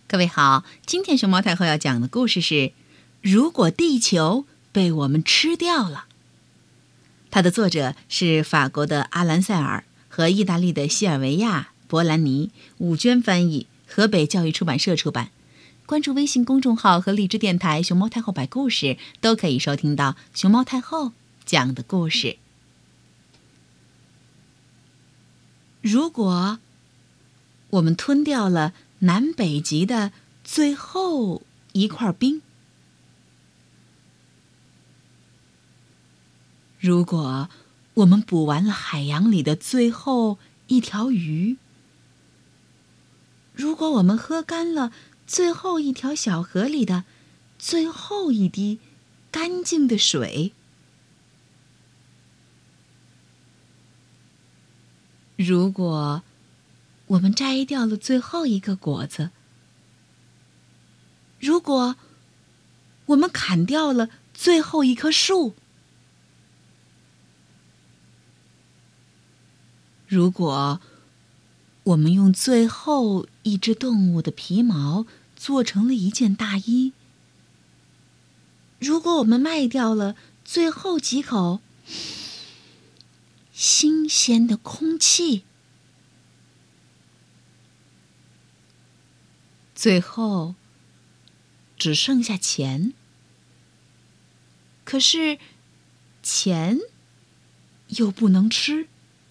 各位好，今天熊猫太后要讲的故事是如果地球被我们吃掉了。它的作者是法国的阿兰塞尔和意大利的西尔维亚·博兰尼，伍娟翻译，河北教育出版社出版。关注微信公众号和荔枝电台熊猫太后摆故事，都可以收听到熊猫太后讲的故事。如果我们吞掉了南北极的最后一块冰，如果我们捕完了海洋里的最后一条鱼，如果我们喝干了最后一条小河里的最后一滴干净的水，如果我们摘掉了最后一个果子，如果我们砍掉了最后一棵树，如果我们用最后一只动物的皮毛做成了一件大衣，如果我们卖掉了最后几口新鲜的空气，最后只剩下钱，可是钱又不能吃，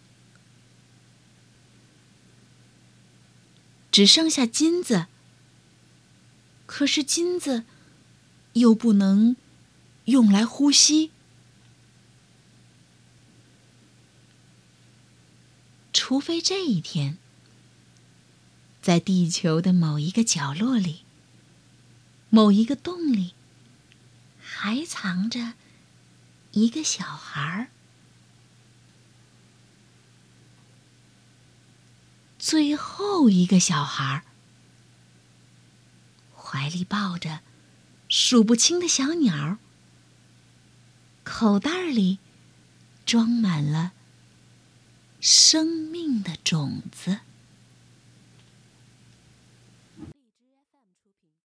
只剩下金子，可是金子又不能用来呼吸。除非这一天，在地球的某一个角落里，某一个洞里，还藏着一个小孩，最后一个小孩，怀里抱着数不清的小鸟，口袋里装满了生命的种子。